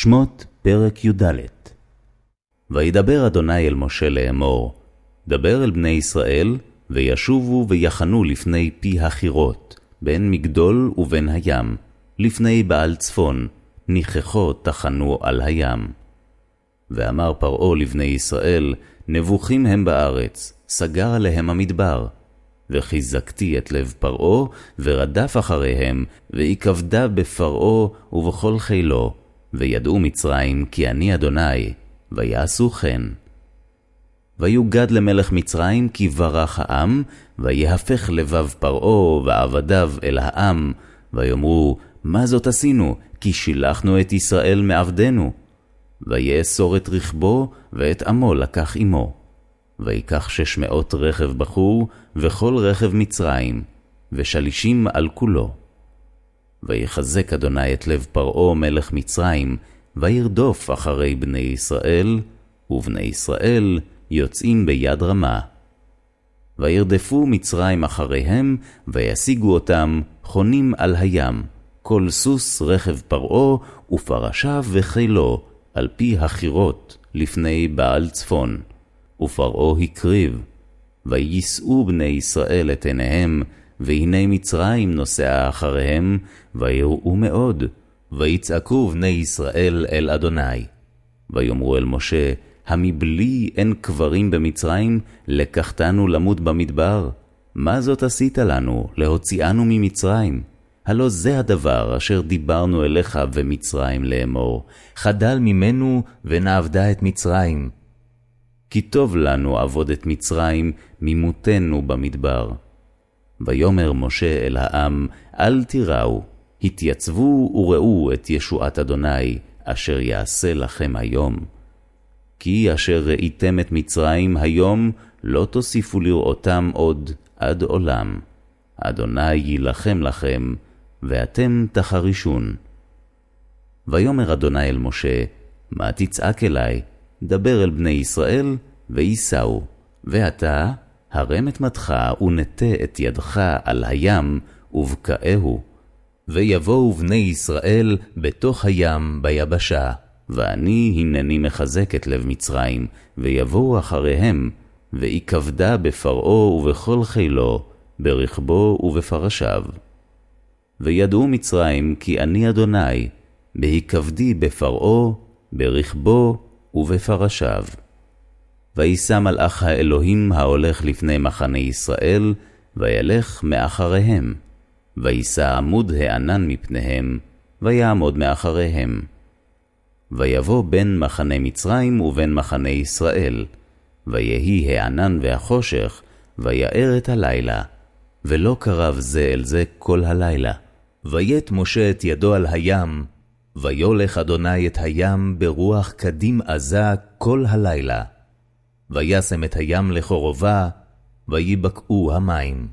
שמות פרק י"ד. וידבר אדוני אל משה לאמור, דבר אל בני ישראל, וישובו ויחנו לפני פי החירות, בין מגדול ובין הים, לפני בעל צפון, ניחכו תחנו על הים. ואמר פרעה לבני ישראל, נבוכים הם בארץ, סגר עליהם המדבר. וחיזקתי את לב פרעה, ורדף אחריהם, ויקבדה בפרעה ובכל חילו, וידעו מצרים כי אני אדוני, ויעשו כן. ויוגד למלך מצרים כי ברח העם, ויהפך לבב פרעה ועבדיו אל העם, ויאמרו, מה זאת עשינו? כי שילחנו את ישראל מעבדנו. ויאסור את רכבו, ואת עמו לקח עמו. ויקח 600 רכב בחור, וכל רכב מצרים, ושלישים על כולו. ויחזק אדוני את לב פרעה מלך מצרים, וירדוף אחרי בני ישראל, ובני ישראל יוצאים ביד רמה. וירדפו מצרים אחריהם, וישיגו אותם חונים על הים, כל סוס רכב פרעה, ופרשיו וחילו, על פי החירות, לפני בעל צפון. ופרעה הקריב, וייסעו בני ישראל את עיניהם, והנה מצרים נוסעה אחריהם, ויראו מאוד, ויצעקו בני ישראל אל אדוני. ויאמרו אל משה, המבלי אין קברים במצרים, לקחתנו למות במדבר? מה זאת עשית לנו, להוציאנו ממצרים? הלא זה הדבר אשר דיברנו אליך במצרים לאמור, חדל ממנו ונעבדה את מצרים. כי טוב לנו עבוד את מצרים, ממותנו במדבר. ויאמר משה אל העם, אל תיראו, התייצבו וראו את ישועת אדוני, אשר יעשה לכם היום. כי אשר ראיתם את מצרים היום, לא תוסיפו לראותם עוד עד עולם. אדוני יילחם לכם, ואתם תחרישון. ויאמר אדוני אל משה, מה תצעק אלי? דבר אל בני ישראל, וייסעו. ואתה, הרם את מדך ונטה את ידך על הים, ובקעהו. ויבואו בני ישראל בתוך הים ביבשה, ואני הנני מחזק את לב מצרים, ויבואו אחריהם, ויקבדה בפרעה ובכל חילו, ברכבו ובפרשיו. וידעו מצרים כי אני אדוני, בהיקבדי בפרעה, ברכבו ובפרשיו. וישא מלאך האלוהים ההולך לפני מחנה ישראל, וילך מאחריהם. וישא עמוד הענן מפניהם, ויעמוד מאחריהם. ויבוא בין מחנה מצרים ובין מחנה ישראל, ויהי הענן והחושך, ויער את הלילה, ולא קרב זה אל זה כל הלילה. ויית משה את ידו על הים, ויולך אדוני את הים ברוח קדים עזה כל הלילה. וישם את הים לחורבה, ויבקעו המים.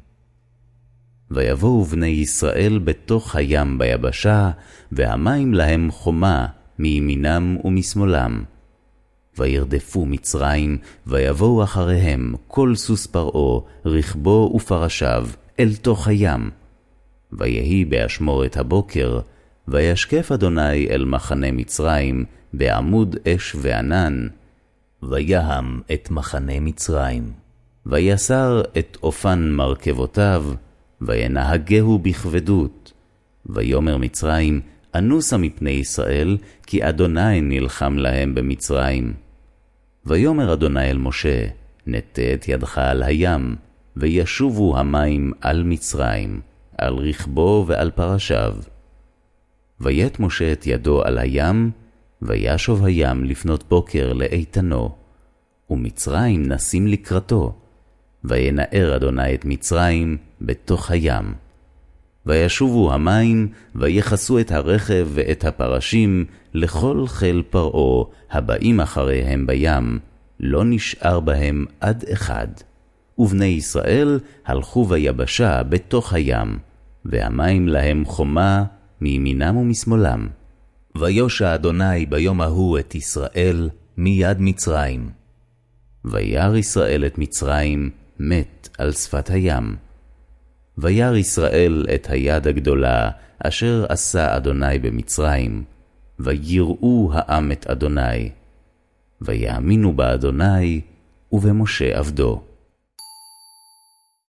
ויבואו בני ישראל בתוך הים ביבשה, והמים להם חומה מימינם ומשמאלם. וירדפו מצרים, ויבואו אחריהם כל סוס פרעה, רכבו ופרשיו, אל תוך הים. ויהי באשמורת הבוקר, וישקף אדוני אל מחנה מצרים, בעמוד אש וענן, ויהם את מחנה מצרים. ויסר את אופן מרכבותיו, וינהגהו בכבדות. ויאמר מצרים, אנוסה מפני ישראל, כי אדוני נלחם להם במצרים. ויאמר אדוני אל משה, נטה את ידך על הים, וישובו המים על מצרים, על רכבו ועל פרשיו. וית משה את ידו על הים, וישוב הים לפנות בוקר לאיתנו, ומצרים נסים לקראתו, וינער אדוני את מצרים בתוך הים. וישובו המים, ויחסו את הרכב ואת הפרשים לכל חיל פרעה, הבאים אחריהם בים, לא נשאר בהם עד אחד. ובני ישראל הלכו ביבשה בתוך הים, והמים להם חומה מימינם ומשמאלם. ויושע אדוני ביום ההוא את ישראל מיד מצרים. וירא ישראל את מצרים מת על שפת הים. וירא ישראל את היד הגדולה אשר עשה אדוני במצרים, ויראו העם את אדוני. ויאמינו באדוני ובמשה עבדו.